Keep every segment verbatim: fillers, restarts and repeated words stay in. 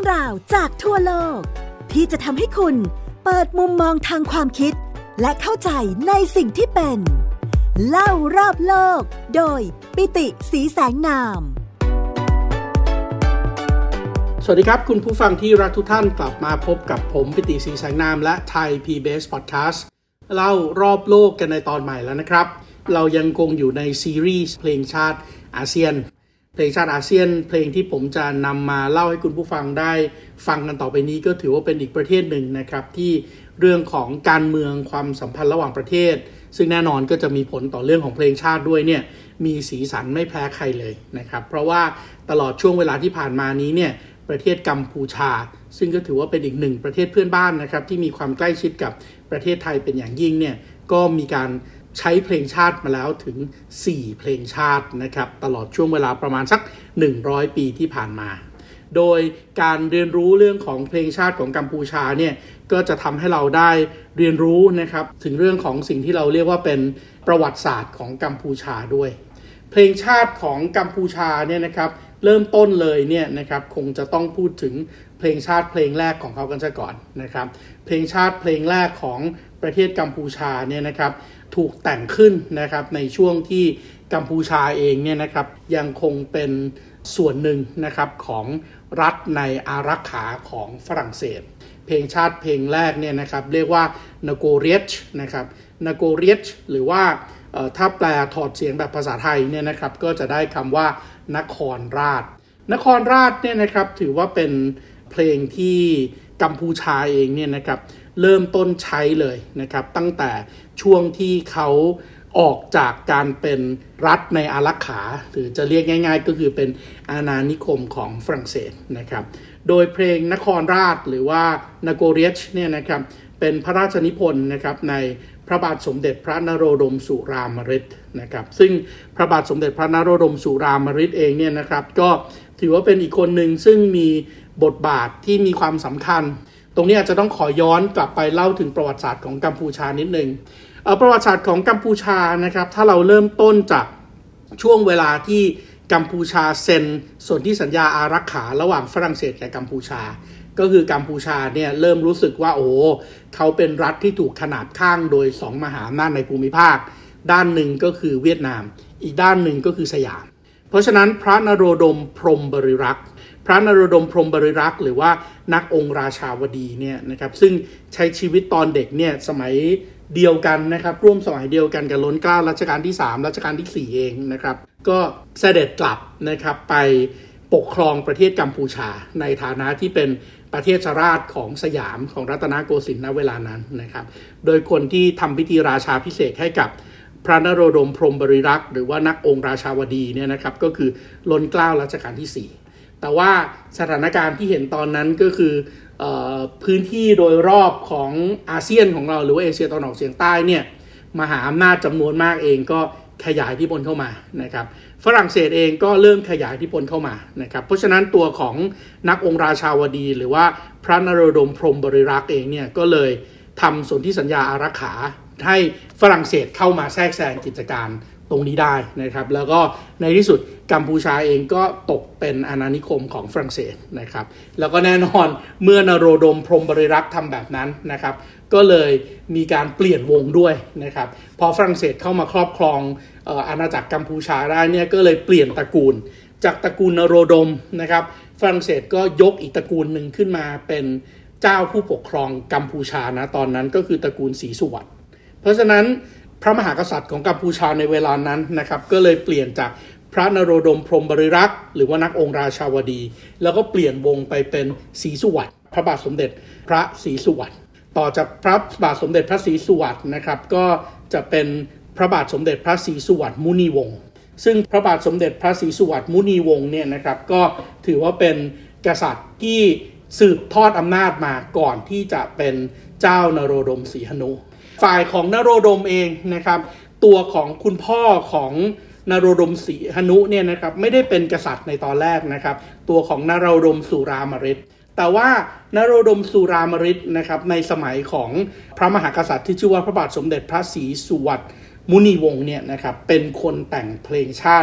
ราวจากทั่วโลกที่จะทำให้คุณเปิดมุมมองทางความคิดและเข้าใจในสิ่งที่เป็นเล่ารอบโลกโดยปิติศรีแสงนามสวัสดีครับคุณผู้ฟังที่รักทุกท่านกลับมาพบกับผมปิติศรีแสงนามและไทย พี บี เอส Podcast เล่ารอบโลกกันในตอนใหม่แล้วนะครับเรายังคงอยู่ในซีรีส์เพลงชาติอาเซียนเพลงชาติอาเซียนเพลงที่ผมจะนำมาเล่าให้คุณผู้ฟังได้ฟังกันต่อไปนี้ก็ถือว่าเป็นอีกประเทศหนึ่งนะครับที่เรื่องของการเมืองความสัมพันธ์ระหว่างประเทศซึ่งแน่นอนก็จะมีผลต่อเรื่องของเพลงชาติด้วยเนี่ยมีสีสันไม่แพ้ใครเลยนะครับเพราะว่าตลอดช่วงเวลาที่ผ่านมานี้เนี่ยประเทศกัมพูชาซึ่งก็ถือว่าเป็นอีกหนึ่งประเทศเพื่อนบ้านนะครับที่มีความใกล้ชิดกับประเทศไทยเป็นอย่างยิ่งเนี่ยก็มีการใช้เพลงชาติมาแล้วถึงสี่เพลงชาตินะครับตลอดช่วงเวลาประมาณสักหนึ่งร้อยปีที่ผ่านมาโดยการเรียนรู้เรื่องของเพลงชาติของกัมพูชาเนี่ยก็จะทำให้เราได้เรียนรู้นะครับถึงเรื่องของสิ่งที่เราเรียกว่าเป็นประวัติศาสตร์ของกัมพูชาด้วยเพลงชาติของกัมพูชาเนี่ยนะครับเริ่มต้นเลยเนี่ยนะครับคงจะต้องพูดถึงเพลงชาติเพลงแรกของเขากันซะก่อนนะครับเพลงชาติเพลงแรกของประเทศกัมพูชาเนี่ยนะครับถูกแต่งขึ้นนะครับในช่วงที่กัมพูชาเองเนี่ยนะครับยังคงเป็นส่วนหนึ่งนะครับของรัฐในอารักขาของฝรั่งเศสเพลงชาติเพลงแรกเนี่ยนะครับเรียกว่านาโกเรียชนะครับนาโกเรียชหรือว่าถ้าแปลถอดเสียงแบบภาษาไทยเนี่ยนะครับก็จะได้คำว่านครราชนครราชเนี่ยนะครับถือว่าเป็นเพลงที่กัมพูชาเองเนี่ยนะครับเริ่มต้นใช้เลยนะครับตั้งแต่ช่วงที่เขาออกจากการเป็นรัฐในอารักขาหรือจะเรียกง่ายๆก็คือเป็นอาณานิคมของฝรั่งเศสนะครับโดยเพลงนครราชหรือว่านาโกเรียชเนี่ยนะครับเป็นพระราชนิพนธ์นะครับในพระบาทสมเด็จพระนโรดมสุรามริตนะครับซึ่งพระบาทสมเด็จพระนโรดมสุรามริตเองเนี่ยนะครับก็ถือว่าเป็นอีกคนหนึ่งซึ่งมีบทบาทที่มีความสำคัญตรงนี้อาจจะต้องขอย้อนกลับไปเล่าถึงประวัติศาสตร์ของกัมพูชานิดนึงเอ่อประวัติศาสตร์ของกัมพูชานะครับถ้าเราเริ่มต้นจากช่วงเวลาที่กัมพูชาเซ็นสนธิสัญญาอารักขาระหว่างฝรั่งเศสกับกัมพูชาก็คือกัมพูชาเนี่ยเริ่มรู้สึกว่าโอ้เขาเป็นรัฐที่ถูกขนาบข้างโดยสองมหาอำนาจในภูมิภาคด้านหนึ่งก็คือเวียดนามอีกด้านหนึ่งก็คือสยามเพราะฉะนั้นพระนโรดมพรหมบริรักษ์พระนโรดมพรหมบริรักษ์หรือว่านักองค์ราชาวดีเนี่ยนะครับซึ่งใช้ชีวิตตอนเด็กเนี่ยสมัยเดียวกันนะครับร่วมสมัยเดียวกันกับล้นเกล้ารัชกาลที่สามรัชกาลที่สี่เองนะครับก็เสด็จกลับนะครับไปปกครองประเทศกัมพูชาในฐานะที่เป็นประเทศราชของสยามของรัตนโกสินทร์ณเวลานั้นนะครับโดยคนที่ทำพิธีราชาภิเษกให้กับพระนโรดมพรหมบริรักษ์หรือว่านักองค์ราชาวดีเนี่ยนะครับก็คือล้นเกล้ารัชกาลที่สี่แต่ว่าสถานการณ์ที่เห็นตอนนั้นก็คือเอ่อพื้นที่โดยรอบของอาเซียนของเราหรือว่าเอเชียตะวันออกเฉียงใต้เนี่ยมหาอำนาจจำนวนมากเองก็ขยายอิทธิพลเข้ามานะครับฝรั่งเศสเองก็เริ่มขยายอิทธิพลเข้ามานะครับเพราะฉะนั้นตัวของนักองค์ราชาวดีหรือว่าพระนโรดมพรหมบริรักษ์เองเนี่ยก็เลยทำสนธิสัญญาอารักขาให้ฝรั่งเศสเข้ามาแทรกแซงกิจการตรงนี้ได้นะครับแล้วก็ในที่สุดกัมพูชาเองก็ตกเป็นอาณานิคมของฝรั่งเศสนะครับแล้วก็แน่นอนเมื่อนโรดมพรหมบริรักษ์ทำแบบนั้นนะครับก็เลยมีการเปลี่ยนวงด้วยนะครับพอฝรั่งเศสเข้ามาครอบครองเอ่ออาณาจักรกัมพูชาได้เนี่ยก็เลยเปลี่ยนตระกูลจากตระกูลนโรดมนะครับฝรั่งเศสก็ยกอีกตระกูลหนึ่งขึ้นมาเป็นเจ้าผู้ปกครองกัมพูชานะตอนนั้นก็คือตระกูลศรีสุวรรณเพราะฉะนั้นพระมหากษัตริย์ของกัมพูชาในเวลานั้นนะครับก็เลยเปลี่ยนจากพระนโรดมพรหมบริรักษ์หรือว่านักองค์ราชาวดีแล้วก็เปลี่ยนวงไปเป็นศรีสุวรรณพระบาทสมเด็จพระศรีสุวรรณต่อจากพระบาทสมเด็จพระศรีสุวรรณนะครับก็จะเป็นพระบาทสมเด็จพระศรีสุวรรณมุนีวงศ์ซึ่งพระบาทสมเด็จพระศรีสุวรรณมุนีวงศ์เนี่ยนะครับก็ถือว่าเป็นกษัตริย์ที่สืบทอดอำนาจมาก่อนที่จะเป็นเจ้านโรดมศรีหนุฝ่ายของนโรดมเองนะครับตัวของคุณพ่อของนโรดมศรีหนุเนี่ยนะครับไม่ได้เป็นกษัตริย์ในตอนแรกนะครับตัวของนโรดมสุรามริตแต่ว่านโรดมสุรามริตนะครับในสมัยของพระมหากษัตริย์ที่ชื่อว่าพระบาทสมเด็จพระศรีสุวรรณมุนีวงศ์เนี่ยนะครับเป็นคนแต่งเพลงชาติ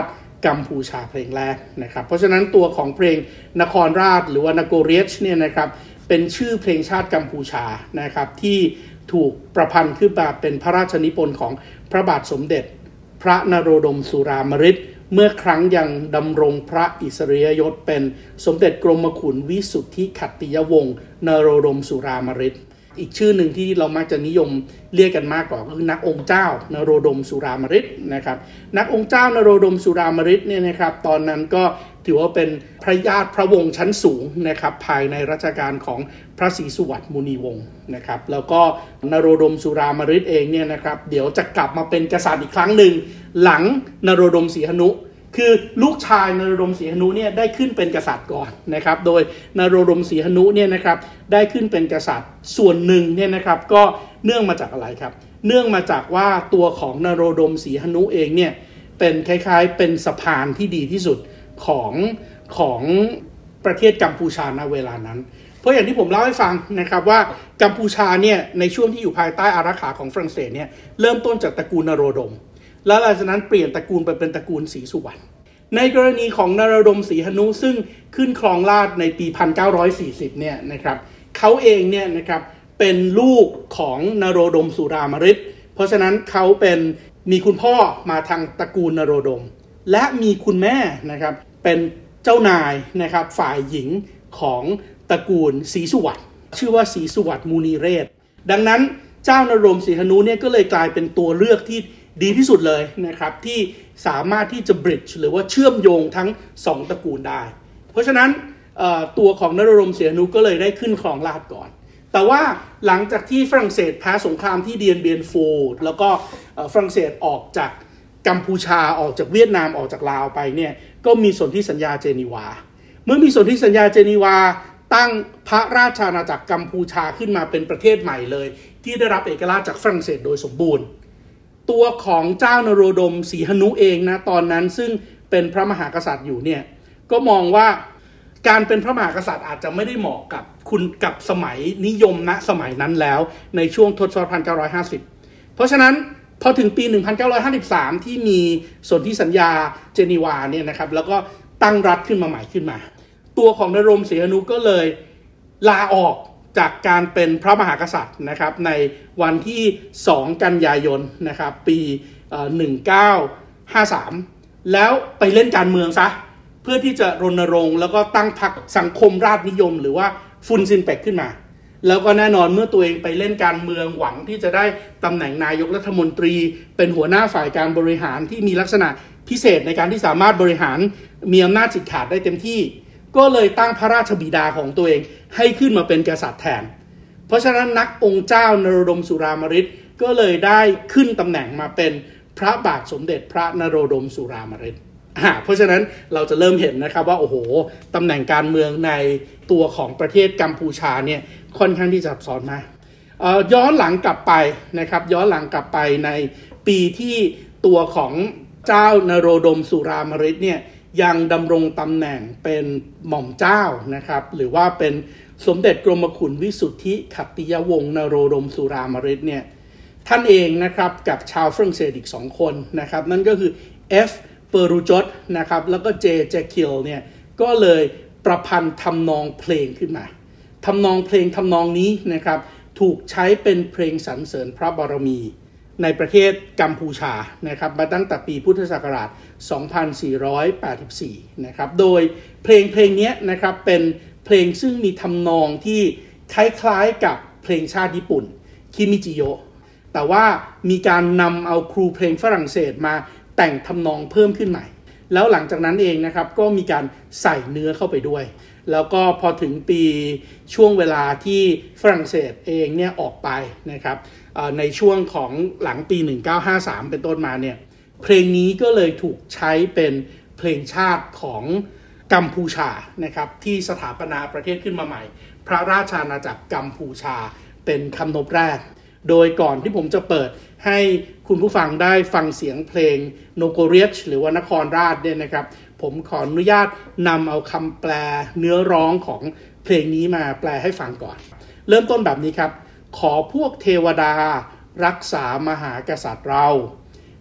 กัมพูชาเพลงแรกนะครับเพราะฉะนั้นตัวของเพลงนครราชหรือว่านโกเรียชเนี่ยนะครับเป็นชื่อเพลงชาติกัมพูชานะครับที่ถูกประพันธ์ขึ้นมาเป็นพระราชนิพนธ์ของพระบาทสมเด็จพระนโรดมสุรามริตเมื่อครั้งยังดำรงพระอิสริยยศเป็นสมเด็จกรมขุนวิสุทธิขัตติยวงศ์นโรดมสุรามริตอีกชื่อหนึ่งที่เรามักจะนิยมเรียกกันมากกว่าก็คือนักองค์เจ้านโรดมสุรามริตนะครับนักองค์เจ้านโรดมสุรามริตเนี่ยนะครับตอนนั้นก็ถือว่าเป็นพระญาติพระวงศ์ชั้นสูงนะครับภายในรัชกาลของพระศรีสุวัตรมุนีวงศ์นะครับแล้วก็นโรดมสุรามริตเองเนี่ยนะครับเดี๋ยวจะกลับมาเป็นกษัตริย์อีกครั้งหนึ่งหลังนโรดมศรีหนุคือลูกชายนโรดมศรีหนุเนี่ยได้ขึ้นเป็นกษัตริย์ก่อนนะครับโดยนโรดมศรีหนุเนี่ยนะครับได้ขึ้นเป็นกษัตริย์ส่วนหนึ่งเนี่ยนะครับก็เนื่องมาจากอะไรครับเนื่องมาจากว่าตัวของนโรดมศรีหนุเองเนี่ยเป็นคล้ายๆเป็นสะพานที่ดีที่สุดของของประเทศกัมพูชาณเวลานั้นเพราะอย่างที่ผมเล่าให้ฟังนะครับว่ากัมพูชาเนี่ยในช่วงที่อยู่ภายใต้อารักขาของฝรั่งเศสเนี่ยเริ่มต้นจากตระกูลนโรดมแล้วหลังจากนั้นเปลี่ยนตระกูลไปเป็นตระกูลศรีสุวรรณในกรณีของนโรดมศรีหนุซึ่งขึ้นครองราชย์ในปีหนึ่งพันเก้าร้อยสี่สิบเนี่ยนะครับเขาเองเนี่ยนะครับเป็นลูกของนโรดมสุรามริตเพราะฉะนั้นเขาเป็นมีคุณพ่อมาทางตระกูลนโรดมและมีคุณแม่นะครับเป็นเจ้านายนะครับฝ่ายหญิงของตระกูลศรีสุวรรณชื่อว่าศรีสุวรรณมุนีเรศดังนั้นเจ้านโรดมศรีหนุเนี่ยก็เลยกลายเป็นตัวเลือกที่ดีที่สุดเลยนะครับที่สามารถที่จะ bridge หรือว่าเชื่อมโยงทั้งสองตระกูลได้เพราะฉะนั้นตัวของนโรดมศรีหนุก็เลยได้ขึ้นครองราชย์ก่อนแต่ว่าหลังจากที่ฝรั่งเศสแพ้สงครามที่เดียนเบียนโฟแล้วก็ฝรั่งเศสออกจากกัมพูชาออกจากเวียดนามออกจากลาวไปเนี่ยก็มีสนธิสัญญาเจนีวาเมื่อมีสนธิสัญญาเจนีวาตั้งพระราชอาณาจักรกัมพูชาขึ้นมาเป็นประเทศใหม่เลยที่ได้รับเอกราชจากฝรั่งเศสโดยสมบูรณ์ตัวของเจ้านโรดมศรีหนุเองนะตอนนั้นซึ่งเป็นพระมหากษัตริย์อยู่เนี่ยก็มองว่าการเป็นพระมหากษัตริย์อาจจะไม่ได้เหมาะกับคุณกับสมัยนิยมณสมัยนั้นแล้วในช่วงทศวรรษหนึ่งพันเก้าร้อยห้าสิบเพราะฉะนั้นพอถึงปีหนึ่งพันเก้าร้อยห้าสิบสามที่มีสนธิสัญญาเจนีวาเนี่ยนะครับแล้วก็ตั้งรัฐขึ้นมาใหม่ขึ้นมาตัวของนโรดมศรีหนุก็เลยลาออกจากการเป็นพระมหากษัตริย์นะครับในวันที่สองกันยายนนะครับปีหนึ่งพันเก้าร้อยห้าสิบสามแล้วไปเล่นการเมืองซะเพื่อที่จะรณรงค์แล้วก็ตั้งพรรคสังคมราษฎรนิยมหรือว่าฟุนซินเปกขึ้นมาแล้วก็แน่นอนเมื่อตัวเองไปเล่นการเมืองหวังที่จะได้ตำแหน่งนายกรัฐมนตรีเป็นหัวหน้าฝ่ายการบริหารที่มีลักษณะพิเศษในการที่สามารถบริหารมีอำนาจฉีกขาดได้เต็มที่ก็เลยตั้งพระราชบิดาของตัวเองให้ขึ้นมาเป็นกษัตริย์แทนเพราะฉะนั้นนักองค์เจ้านโรดมสุรามริตก็เลยได้ขึ้นตำแหน่งมาเป็นพระบาทสมเด็จพระนโรดมสุรามริตเพราะฉะนั้นเราจะเริ่มเห็นนะครับว่าโอ้โหตำแหน่งการเมืองในตัวของประเทศกัมพูชาเนี่ยค่อนข้างที่จะซับซ้อนมากย้อนหลังกลับไปนะครับย้อนหลังกลับไปในปีที่ตัวของเจ้านโรดมสุรามริตเนี่ยยังดำรงตำแหน่งเป็นหม่อมเจ้านะครับหรือว่าเป็นสมเด็จกรมขุนวิสุทธิขัตติยวงศ์นโรดมสุรามริตเนี่ยท่านเองนะครับกับชาวฝรั่งเศสอีกสองคนนะครับนั่นก็คือ F เปอรูจดนะครับแล้วก็ J เจคิลเนี่ยก็เลยประพันธ์ทำนองเพลงขึ้นมาทำนองเพลงทำนองนี้นะครับถูกใช้เป็นเพลงสรรเสริญพระบารมีในประเทศกัมพูชานะครับมาตั้งแต่ปีพุทธศักราชสองพันสี่ร้อยแปดสิบสี่นะครับโดยเพลงเพลงนี้นะครับเป็นเพลงซึ่งมีทำนองที่คล้ายๆกับเพลงชาติญี่ปุ่นคิมิจิโยะแต่ว่ามีการนำเอาครูเพลงฝรั่งเศสมาแต่งทำนองเพิ่มขึ้นใหม่แล้วหลังจากนั้นเองนะครับก็มีการใส่เนื้อเข้าไปด้วยแล้วก็พอถึงปีช่วงเวลาที่ฝรั่งเศสเองเนี่ยออกไปนะครับในช่วงของหลังปีหนึ่งพันเก้าร้อยห้าสิบสามเป็นต้นมาเนี่ยเพลงนี้ก็เลยถูกใช้เป็นเพลงชาติของกัมพูชานะครับที่สถาปนาประเทศขึ้นมาใหม่พระราชอาณาจักรกัมพูชาเป็นคำนบแรกโดยก่อนที่ผมจะเปิดให้คุณผู้ฟังได้ฟังเสียงเพลงโนโกเรียชหรือว่านครราชเนี่ยนะครับผมขออนุญาตนำเอาคำแปลเนื้อร้องของเพลงนี้มาแปลให้ฟังก่อนเริ่มต้นแบบนี้ครับขอพวกเทวดารักษามหากษัตริย์เรา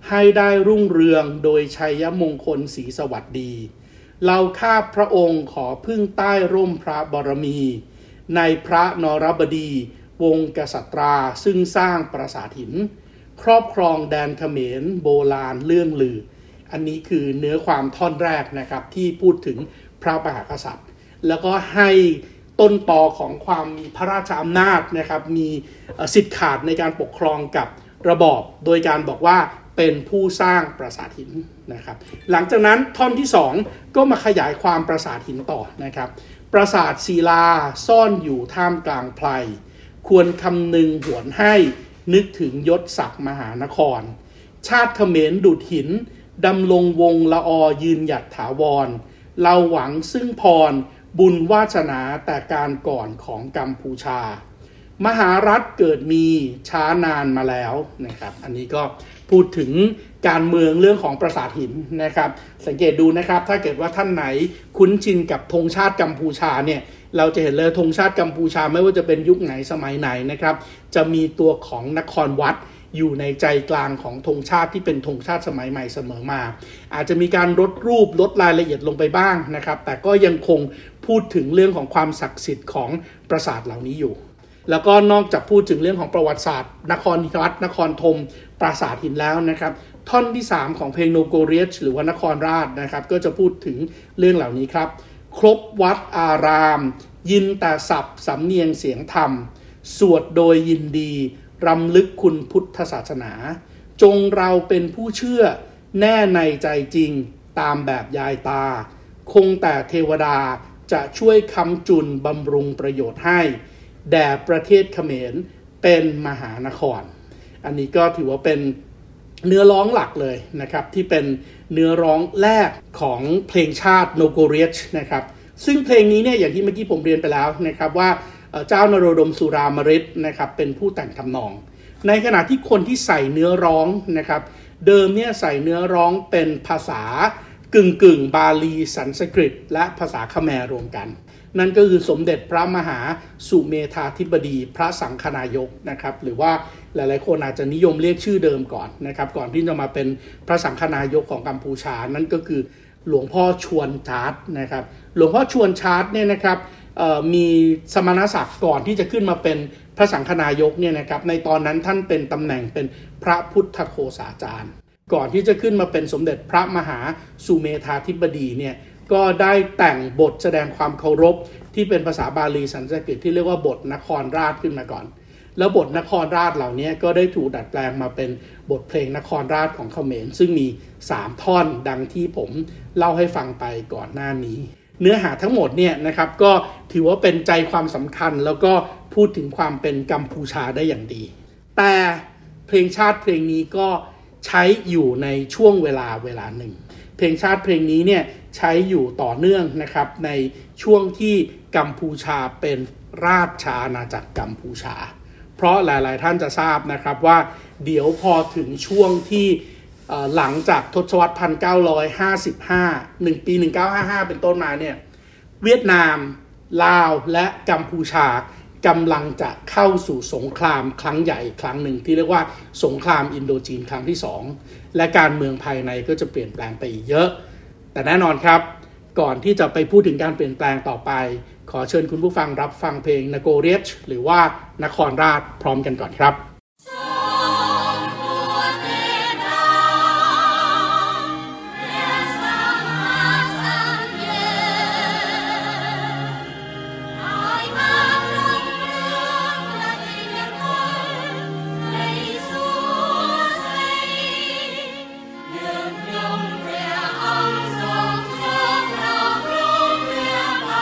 ให้ได้รุ่งเรืองโดยชัยมงคลศรีสวัสดีเราข้าพระองค์ขอพึ่งใต้ร่มพระบารมีในพระนรบดีวงกษัตราซึ่งสร้างปราสาทหินครอบครองแดนเขมรโบราณเลื่องลืออันนี้คือเนื้อความท่อนแรกนะครับที่พูดถึงพระมหากษัตริย์แล้วก็ให้ต้นตอของความมีพระราชอำนาจนะครับมีสิทธิ์ขาดในการปกครองกับระบอบโดยการบอกว่าเป็นผู้สร้างปราสาทหินนะครับหลังจากนั้นท่อนที่สองก็มาขยายความปราสาทหินต่อนะครับปราสาทศิลาซ่อนอยู่ท่ามกลางไพรควรคำนึงหวนให้นึกถึงยศศักดิ์มหานครชาติเขมรดุจหินดำรงวงละอยืนหยัดถาวรเราหวังซึ่งพรบุญวาสนาแต่การก่อนของกัมพูชามหารัฐเกิดมีช้านานมาแล้วนะครับอันนี้ก็พูดถึงการเมืองเรื่องของปราสาทหินนะครับสังเกตดูนะครับถ้าเกิดว่าท่านไหนคุ้นชินกับธงชาติกัมพูชาเนี่ยเราจะเห็นเลยธงชาติกัมพูชาไม่ว่าจะเป็นยุคไหนสมัยไหนนะครับจะมีตัวของนครวัดอยู่ในใจกลางของธงชาติที่เป็นธงชาติสมัยใหม่เสมอมาอาจจะมีการลดรูปลดรายละเอียดลงไปบ้างนะครับแต่ก็ยังคงพูดถึงเรื่องของความศักดิ์สิทธิ์ของปราสาทเหล่านี้อยู่แล้วก็นอกจากพูดถึงเรื่องของประวัติศาสตร์นครวัดนครธมปราสาทหินแล้วนะครับท่อนที่สามของเพลงโนโกเรียชหรือว่านครราชนะครับก็จะพูดถึงเรื่องเหล่านี้ครับครบวัดอารามยินแต่ศัพท์สำเนียงเสียงธรรมสวดโดยยินดีรำลึกคุณพุทธศาสนาจงเราเป็นผู้เชื่อแน่ในใจจริงตามแบบยายตาคงแต่เทวดาจะช่วยค้ำจุนบำรุงประโยชน์ให้แด่ประเทศเขมรเป็นมหานครอันนี้ก็ถือว่าเป็นเนื้อร้องหลักเลยนะครับที่เป็นเนื้อร้องแรกของเพลงชาติโนโกเรียชนะครับซึ่งเพลงนี้เนี่ยอย่างที่เมื่อกี้ผมเรียนไปแล้วนะครับว่าเจ้านโรดมสุรามฤทธิ์นะครับเป็นผู้แต่งทำนองในขณะที่คนที่ใส่เนื้อร้องนะครับเดิมเนี่ยใส่เนื้อร้องเป็นภาษากึ่งกึ่งบาลีสันสกฤตและภาษาคแมร์รวมกันนั่นก็คือสมเด็จพระมหาสุเมธาธิบดีพระสังฆนายกนะครับหรือว่าหลายๆคนอาจจะนิยมเรียกชื่อเดิมก่อนนะครับก่อนที่จะมาเป็นพระสังฆนายกของกัมพูชานั่นก็คือหลวงพ่อชวนชาร์ตนะครับหลวงพ่อชวนชาร์ตเนี่ยนะครับมีสมณศักดิ์ก่อนที่จะขึ้นมาเป็นพระสังฆนายกเนี่ยนะครับในตอนนั้นท่านเป็นตำแหน่งเป็นพระพุทธโฆษาจารย์ก่อนที่จะขึ้นมาเป็นสมเด็จพระมหาสุเมธาธิบดีเนี่ยก็ได้แต่งบทแสดงความเคารพที่เป็นภาษาบาลีสันสกฤตที่เรียกว่าบทนครราชขึ้นมาก่อนแล้วบทนครราชเหล่านี้ก็ได้ถูกดัดแปลงมาเป็นบทเพลงนครราชของเขมรซึ่งมีสามท่อนดังที่ผมเล่าให้ฟังไปก่อนหน้านี้เนื้อหาทั้งหมดเนี่ยนะครับก็ถือว่าเป็นใจความสำคัญแล้วก็พูดถึงความเป็นกัมพูชาได้อย่างดีแต่เพลงชาติเพลงนี้ก็ใช้อยู่ในช่วงเวลาเวลาหนึ่งเพลงชาติเพลงนี้เนี่ยใช้อยู่ต่อเนื่องนะครับในช่วงที่กัมพูชาเป็นราชอาณาจักรกัมพูชาเพราะหลายๆท่านจะทราบนะครับว่าเดี๋ยวพอถึงช่วงที่หลังจากทศวรรษหนึ่งพันเก้าร้อยห้าสิบห้า หนึ่งปีหนึ่งพันเก้าร้อยห้าสิบห้าเป็นต้นมาเนี่ยเวียดนามลาวและกัมพูชากำลังจะเข้าสู่สงครามครั้งใหญ่ครั้งหนึ่งที่เรียกว่าสงครามอินโดจีนครั้งที่สองและการเมืองภายในก็จะเปลี่ยนแปลงไปอีกเยอะแต่แน่นอนครับก่อนที่จะไปพูดถึงการเปลี่ยนแปลงต่อไปขอเชิญคุณผู้ฟังรับฟังเพลงนโกเรียชหรือว่านครราชพร้อมกันก่อนครับ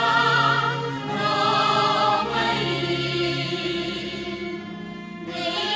Yeah.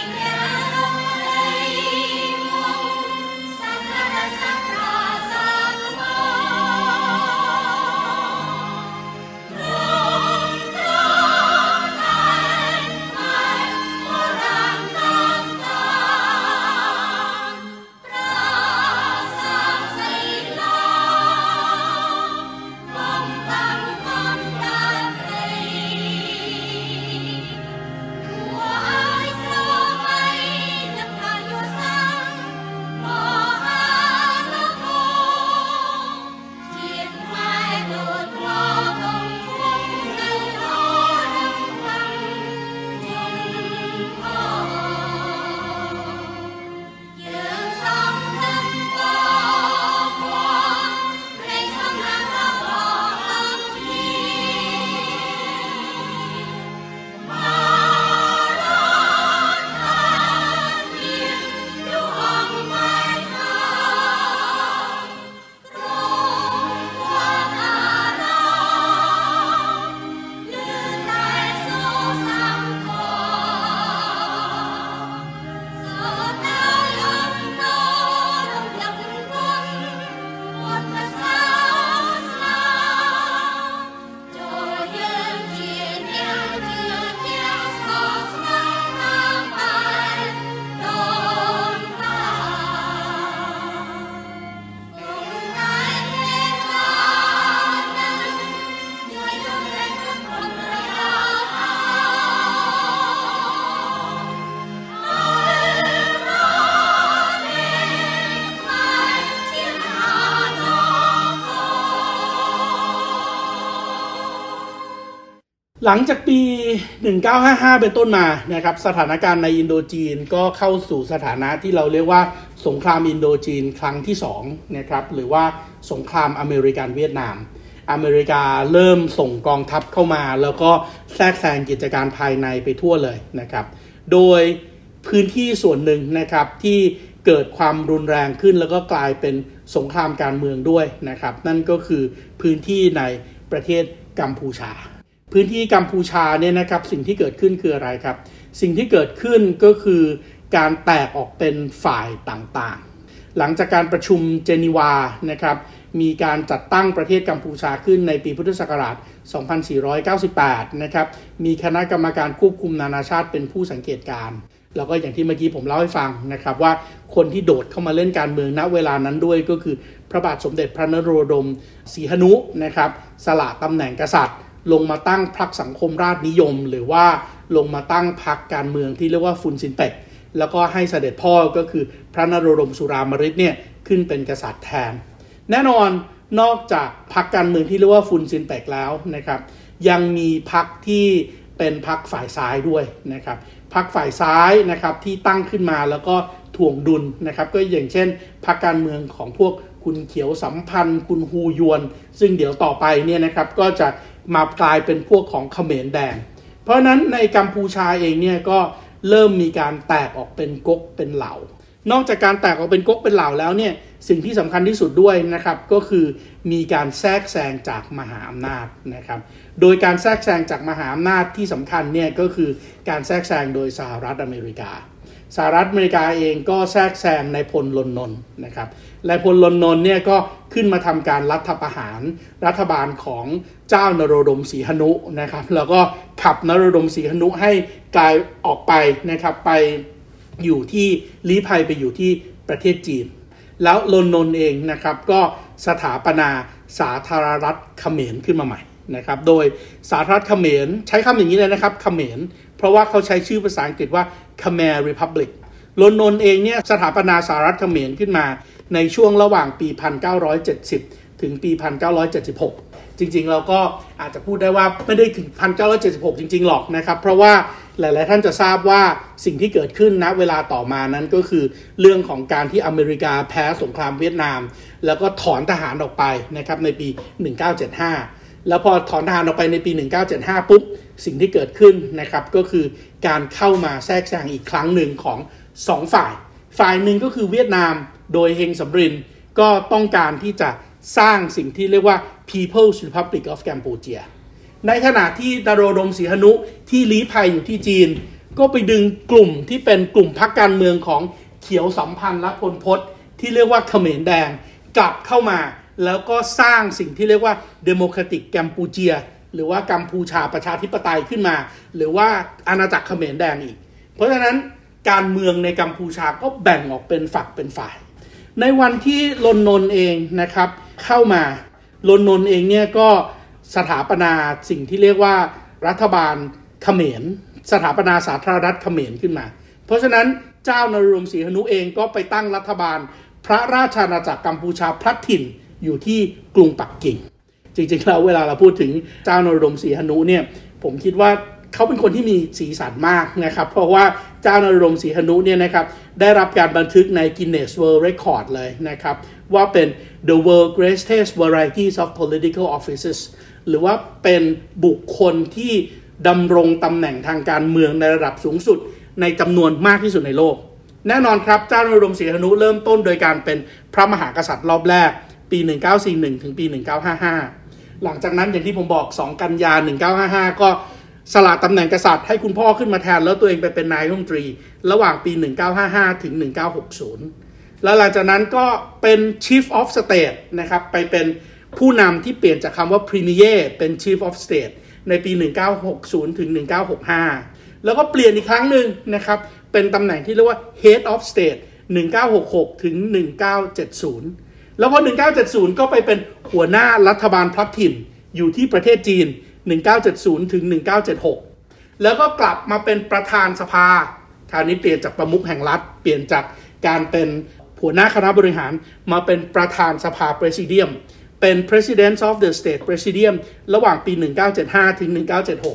หลังจากปีหนึ่งเก้าห้าห้าเป็นต้นมานะครับสถานการณ์ในอินโดจีนก็เข้าสู่สถานะที่เราเรียกว่าสงครามอินโดจีนครั้งที่สองนะครับหรือว่าสงครามอเมริกันเวียดนามอเมริกาเริ่มส่งกองทัพเข้ามาแล้วก็แทรกแซงกิจการภายในไปทั่วเลยนะครับโดยพื้นที่ส่วนหนึ่งนะครับที่เกิดความรุนแรงขึ้นแล้วก็กลายเป็นสงครามการเมืองด้วยนะครับนั่นก็คือพื้นที่ในประเทศกัมพูชาพื้นที่กัมพูชาเนี่ยนะครับสิ่งที่เกิดขึ้นคืออะไรครับสิ่งที่เกิดขึ้นก็คือการแตกออกเป็นฝ่ายต่างๆหลังจากการประชุมเจนีวานะครับมีการจัดตั้งประเทศกัมพูชาขึ้นในปีพุทธศักราชสองพันสี่ร้อยเก้าสิบแปดนะครับมีคณะกรรมการควบคุมนานาชาติเป็นผู้สังเกตการณ์แล้วก็อย่างที่เมื่อกี้ผมเล่าให้ฟังนะครับว่าคนที่โดดเข้ามาเล่นการเมืองณเวลานั้นด้วยก็คือพระบาทสมเด็จพระนโรดมศรีหนุนะครับสละตำแหน่งกษัตริย์ลงมาตั้งพรรคสังคมราษฎรนิยมหรือว่าลงมาตั้งพรรคการเมืองที่เรียกว่าฟุนซินเปกแล้วก็ให้เสด็จพ่อก็คือพระนโรดมสุรามฤทธิ์เนี่ยขึ้นเป็นกษัตริย์แทนแน่นอนนอกจากพรรคการเมืองที่เรียกว่าฟุนซินเปกแล้วนะครับยังมีพรรคที่เป็นพรรคฝ่ายซ้ายด้วยนะครับพรรคฝ่ายซ้ายนะครับที่ตั้งขึ้นมาแล้วก็ถ่วงดุลนะครับก็อย่างเช่นพรรคการเมืองของพวกคุณเขียวสัมพันธ์คุณฮูยวนซึ่งเดี๋ยวต่อไปเนี่ยนะครับก็จะมากลายเป็นพวกของเขมรแดงเพราะนั้นในกัมพูชาเองเนี่ยก็เริ่มมีการแตกออกเป็นก๊กเป็นเหล่านอกจากการแตกออกเป็นก๊กเป็นเหล่าแล้วเนี่ยสิ่งที่สำคัญที่สุดด้วยนะครับก็คือมีการแทรกแซงจากมหาอำนาจนะครับโดยการแทรกแซงจากมหาอำนาจที่สำคัญเนี่ยก็คือการแทรกแซงโดยสหรัฐอเมริกาสหรัฐอเมริกาเองก็แทรกแซงนายพลลนนท์นะครับนายพลลนนท์เนี่ยก็ขึ้นมาทำการรัฐประหารรัฐบาลของเจ้านโรดมศรีหนุนะครับแล้วก็ขับนโรดมศรีหนุให้กลายออกไปนะครับไปอยู่ที่ลี้ภัยไปอยู่ที่ประเทศจีนแล้วลนนท์เองนะครับก็สถาปนาสาธารณรัฐเขมรขึ้นมาใหม่นะครับโดยสาธารณรัฐเขมรใช้คำอย่างนี้เลยนะครับเขมรเพราะว่าเขาใช้ชื่อภาษาอังกฤษว่า Khmer Republic ลนนท์เองเนี่ยสถาปนาสหรัฐเขมรขึ้นมาในช่วงระหว่างปี หนึ่งพันเก้าร้อยเจ็ดสิบ ถึงปี หนึ่งพันเก้าร้อยเจ็ดสิบหก จริงๆเราก็อาจจะพูดได้ว่าไม่ได้ถึง หนึ่งพันเก้าร้อยเจ็ดสิบหก จริงๆหรอกนะครับเพราะว่าหลายๆท่านจะทราบว่าสิ่งที่เกิดขึ้นณเวลาต่อมานั้นก็คือเรื่องของการที่อเมริกาแพ้สงครามเวียดนามแล้วก็ถอนทหารออกไปนะครับในปี หนึ่งเก้าเจ็ดห้า แล้วพอถอนทหารออกไปในปี หนึ่งเก้าเจ็ดห้า ปุ๊บสิ่งที่เกิดขึ้นนะครับก็คือการเข้ามาแทรกแซงอีกครั้งหนึ่งของสองฝ่ายฝ่ายหนึ่งก็คือเวียดนามโดยเฮงสำรินก็ต้องการที่จะสร้างสิ่งที่เรียกว่า People's Republic of Cambodia ในขณะที่นโรดมศรีหนุที่ลี้ภัยอยู่ที่จีนก็ไปดึงกลุ่มที่เป็นกลุ่มพรรคการเมืองของเขียวสัมพันธ์และพลพศที่เรียกว่าเขมรแดงกลับเข้ามาแล้วก็สร้างสิ่งที่เรียกว่า Democratic Cambodia หรือว่ากัมพูชาประชาธิปไตยขึ้นมาหรือว่าอาณาจักรเขมรแดงอีกเพราะฉะนั้นการเมืองในกัมพูชาก็แบ่งออกเป็นฝักเป็นฝ่ายในวันที่ลนนท์เองนะครับเข้ามาลนนท์เองเนี่ยก็สถาปนาสิ่งที่เรียกว่ารัฐบาลเขมรสถาปนาสาธารณรัฐเขมรขึ้นมาเพราะฉะนั้นเจ้านโรดมศรีหนุเองก็ไปตั้งรัฐบาลพระราชอาณาจักรกัมพูชาพลัดถิ่นอยู่ที่กรุงปักกิ่งจริงๆแล้วเวลาเราพูดถึงเจ้านโรดมศรีหนุเนี่ยผมคิดว่าเขาเป็นคนที่มีสีสันมากนะครับเพราะว่าเจ้านโรดมศรีหนุเนี่ยนะครับได้รับการบันทึกใน Guinness World Record เลยนะครับว่าเป็น the world greatest varieties of political offices หรือว่าเป็นบุคคลที่ดำรงตำแหน่งทางการเมืองในระดับสูงสุดในจำนวนมากที่สุดในโลกแน่นอนครับเจ้านโรดมศรีหนุเริ่มต้นโดยการเป็นพระมหากษัตริย์รอบแรกปีหนึ่งเก้าสี่หนึ่งถึงปีหนึ่งเก้าห้าห้าหลังจากนั้นอย่างที่ผมบอกสองกันยายนหนึ่งเก้าห้าห้าก็สละตำแหน่งกษัตริย์ให้คุณพ่อขึ้นมาแทนแล้วตัวเองไปเป็นนายกรัฐมนตรีระหว่างปีหนึ่งเก้าห้าห้าถึงหนึ่งเก้าหกศูนย์แล้วหลังจากนั้นก็เป็น Chief of State นะครับไปเป็นผู้นำที่เปลี่ยนจากคำว่า Premier เป็น Chief of State ในปีหนึ่งเก้าหกศูนย์ถึงหนึ่งเก้าหกห้าแล้วก็เปลี่ยนอีกครั้งหนึ่งนะครับเป็นตำแหน่งที่เรียกว่า Head of State หนึ่งเก้าหกหกถึงหนึ่งเก้าเจ็ดศูนย์แล้วพอหนึ่งเก้าเจ็ดศูนย์ก็ไปเป็นหัวหน้ารัฐบาลพลัดถิ่นอยู่ที่ประเทศจีนหนึ่งเก้าเจ็ดศูนย์ถึงหนึ่งเก้าเจ็ดหกแล้วก็กลับมาเป็นประธานสภาคราวนี้เปลี่ยนจากประมุขแห่งรัฐเปลี่ยนจากการเป็นหัวหน้าคณะบริหารมาเป็นประธานสภา Presidium เป็น President of the State Presidium ระหว่างปีหนึ่งเก้าเจ็ดห้าถึงหนึ่งเก้าเจ็ดหก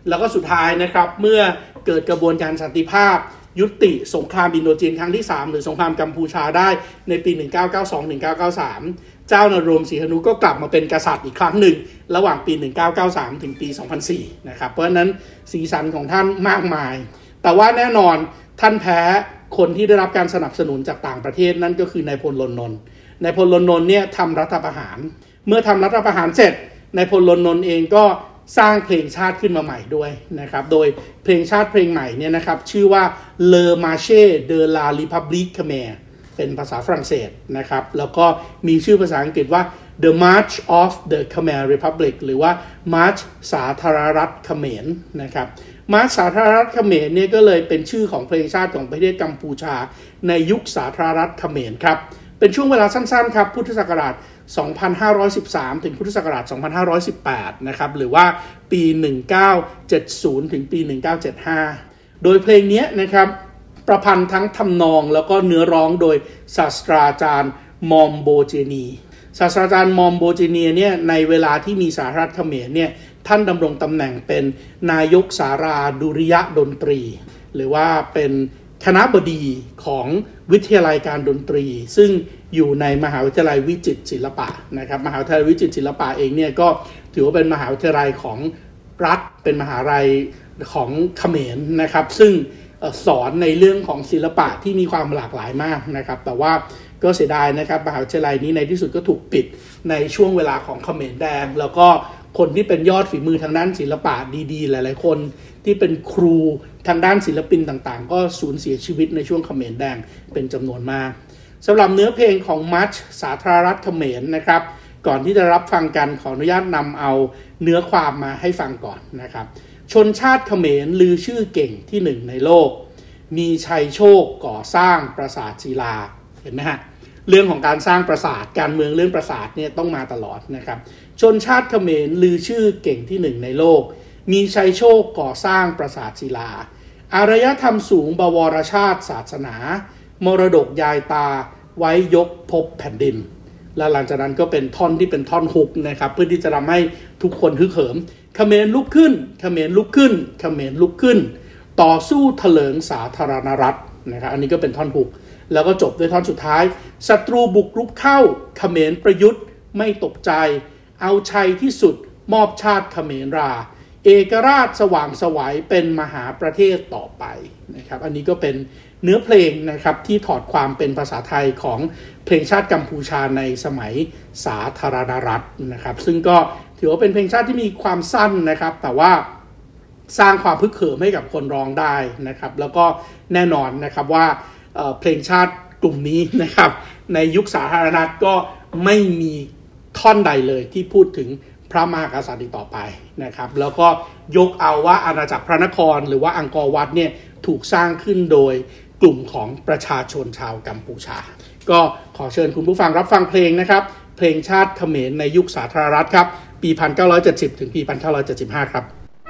แล้วก็สุดท้ายนะครับเมื่อเกิดกระบวนการสันติภาพยุติสงครามอินโดจีนครั้งที่สามหรือสงครามกัมพูชาได้ในปีหนึ่งเก้าเก้าสอง หนึ่งเก้าเก้าสามเจ้านโรมศรีหนุก็กลับมาเป็นกษัตริย์อีกครั้งหนึ่งระหว่างปีหนึ่งเก้าเก้าสามถึงปีสองพันสี่นะครับเพราะฉะนั้นสีสันของท่านมากมายแต่ว่าแน่นอนท่านแพ้คนที่ได้รับการสนับสนุนจากต่างประเทศนั่นก็คือนายพลลนนท์นายพลลนนท์เนี่ยทำรัฐประหารเมื่อทำรัฐประหารเสร็จนายพลลนนท์เองก็สร้างเพลงชาติขึ้นมาใหม่ด้วยนะครับโดยเพลงชาติเพลงใหม่เนี่ยนะครับชื่อว่า Le Marche de la République Khmer เป็นภาษาฝรั่งเศสนะครับแล้วก็มีชื่อภาษาอังกฤษว่า The March of the Khmer Republic หรือว่า March สาธารณรัฐเขมรนะครับมาร์ชสาธารณรัฐเขมรเนี่ยก็เลยเป็นชื่อของเพลงชาติของประเทศกัมพูชาในยุคสาธารณรัฐเขมรครับเป็นช่วงเวลาสั้นๆครับพุทธศักราชสองพันห้าร้อยสิบสามถึงพุทธศักราชสองพันห้าร้อยสิบแปดนะครับหรือว่าปีหนึ่งพันเก้าร้อยเจ็ดสิบถึงปีหนึ่งพันเก้าร้อยเจ็ดสิบห้าโดยเพลงนี้นะครับประพันธ์ทั้งทำนองแล้วก็เนื้อร้องโดยศาสตราจารย์มอมโบเจนีศาสตราจารย์มอมโบเจนีเนี่ยในเวลาที่มีสาธารณรัฐเขมรเนี่ยท่านดำรงตำแหน่งเป็นนายกสาราดุริยดนตรีหรือว่าเป็นคณบดีของวิทยาลัยการดนตรีซึ่งอยู่ในมหาวิทยาลัยวิจิตรศิลปะนะครับมหาวิทยาลัยวิจิตรศิลปะเองเนี่ยก็ถือว่าเป็นมหาวิทยาลัยของรัฐเป็นมหาวิทยาลัยของเขมรนะครับซึ่งสอนในเรื่องของศิลปะที่มีความหลากหลายมากนะครับแต่ว่าก็เสียดายนะครับมหาวิทยาลัยนี้ในที่สุดก็ถูกปิดในช่วงเวลาของเขมรแดงแล้วก็คนที่เป็นยอดฝีมือทางด้านศิลปะดีๆหลายๆคนที่เป็นครูทางด้านศิลปินต่างๆก็สูญเสียชีวิตในช่วงเขมรแดงเป็นจำนวนมากสำหรับเนื้อเพลงของมัชสาธารณรัฐเขมรนะครับก่อนที่จะรับฟังกันขออนุญาตนำเอาเนื้อความมาให้ฟังก่อนนะครับชนชาติเขมรลือชื่อเก่งที่หนึ่งในโลกมีชัยโชคก่อสร้างปราสาทศิลาเห็นไหมฮะเรื่องของการสร้างปราสาทการเมืองเรื่องปราสาทเนี่ยต้องมาตลอดนะครับชนชาติเขมรลือชื่อเก่งที่หนึ่งในโลกมีชัยโชคก่อสร้างปราสาทศิลาอารยธรรมสูงบวรชาติศาสนามรดกยายตาไว้ยกภพแผ่นดินและหลังจากนั้นก็เป็นท่อนที่เป็นท่อนฮุกนะครับเพื่อที่จะทำให้ทุกคนฮึกเหิมเขมรลุกขึ้นเขมรลุกขึ้นเขมรลุกขึ้นต่อสู้เถลิงสาธารณรัฐนะครับอันนี้ก็เป็นท่อนฮุกแล้วก็จบด้วยท่อนสุดท้ายศัตรูบุกรุกเข้าเขมรประยุทธ์ไม่ตกใจเอาชัยที่สุดมอบชาติเขมรราเอกราชสว่างไสวเป็นมหาประเทศต่อไปนะครับอันนี้ก็เป็นเนื้อเพลงนะครับที่ถอดความเป็นภาษาไทยของเพลงชาติกัมพูชาในสมัยสาธารณรัฐนะครับซึ่งก็ถือว่าเป็นเพลงชาติที่มีความสั้นนะครับแต่ว่าสร้างความพึกเขิมให้กับคนร้องได้นะครับแล้วก็แน่นอนนะครับว่าเอ่อเพลงชาติกลุ่มนี้นะครับในยุคสาธารณรัฐก็ไม่มีท่อนใดเลยที่พูดถึงพระมหากษัตริย์อีกต่อไปนะครับแล้วก็ยกเอาว่าอาณาจักรพระนครหรือว่าอังกอร์วัดเนี่ยถูกสร้างขึ้นโดยกลุ่มของประชาชนชาวกัมพูชาก็ขอเชิญคุณผู้ฟังรับฟังเพลงนะครับเพลงชาติเขมรในยุคสาธารณรัฐครับปีหนึ่งพันเก้าร้อยเจ็ดสิบถึงปีหนึ่งพันเก้าร้อยเจ็ดสิบห้าครับ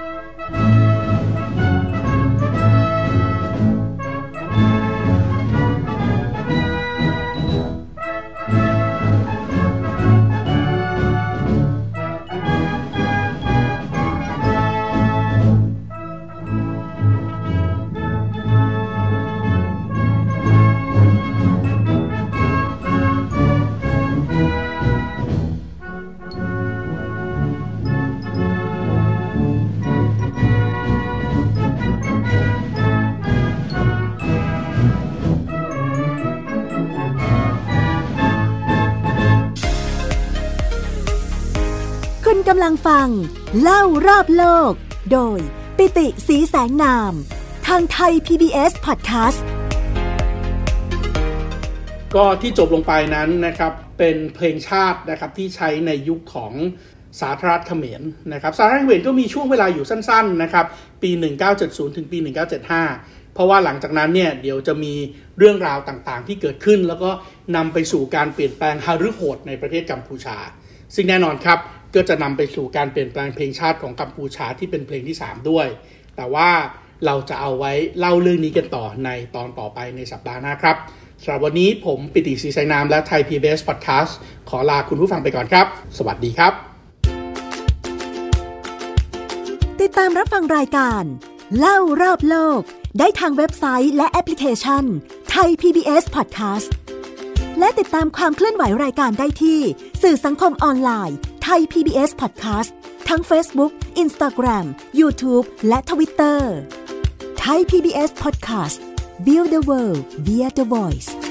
กำลังฟังเล่ารอบโลกโดยปิติศรีแสงนามทางไทย พี บี เอส Podcast ก็ที่จบลงไปนั้นนะครับเป็นเพลงชาตินะครับที่ใช้ในยุคของสาธารณรัฐเขมรนะครับสาธารณรัฐเขมรก็มีช่วงเวลาอยู่สั้นๆนะครับปีหนึ่งพันเก้าร้อยเจ็ดสิบถึงปีหนึ่งพันเก้าร้อยเจ็ดสิบห้าเพราะว่าหลังจากนั้นเนี่ยเดี๋ยวจะมีเรื่องราวต่างๆที่เกิดขึ้นแล้วก็นำไปสู่การเปลี่ยนแปลงหฤโหดในประเทศกัมพูชาซึ่งแน่นอนครับก็จะนำไปสู่การเปลี่ยนแปลงเพลงชาติของกัมพูชาที่เป็นเพลงที่สามด้วยแต่ว่าเราจะเอาไว้เล่าเรื่องนี้กันต่อในตอนต่อไปในสัปดาห์หน้าครับสำหรับวันนี้ผมปิติศรีแสงนามและไทย พี บี เอส Podcast ขอลาคุณผู้ฟังไปก่อนครับสวัสดีครับติติดตามรับฟังรายการเล่ารอบโลกได้ทางเว็บไซต์และแอปพลิเคชัน Thai พี บี เอส Podcast และติดตามความเคลื่อนไหวรายการได้ที่สื่อสังคมออนไลน์ Thai พี บี เอส Podcast ทั้ง Facebook, Instagram, YouTube และ Twitter Thai พี บี เอส Podcast Build the World via the Voice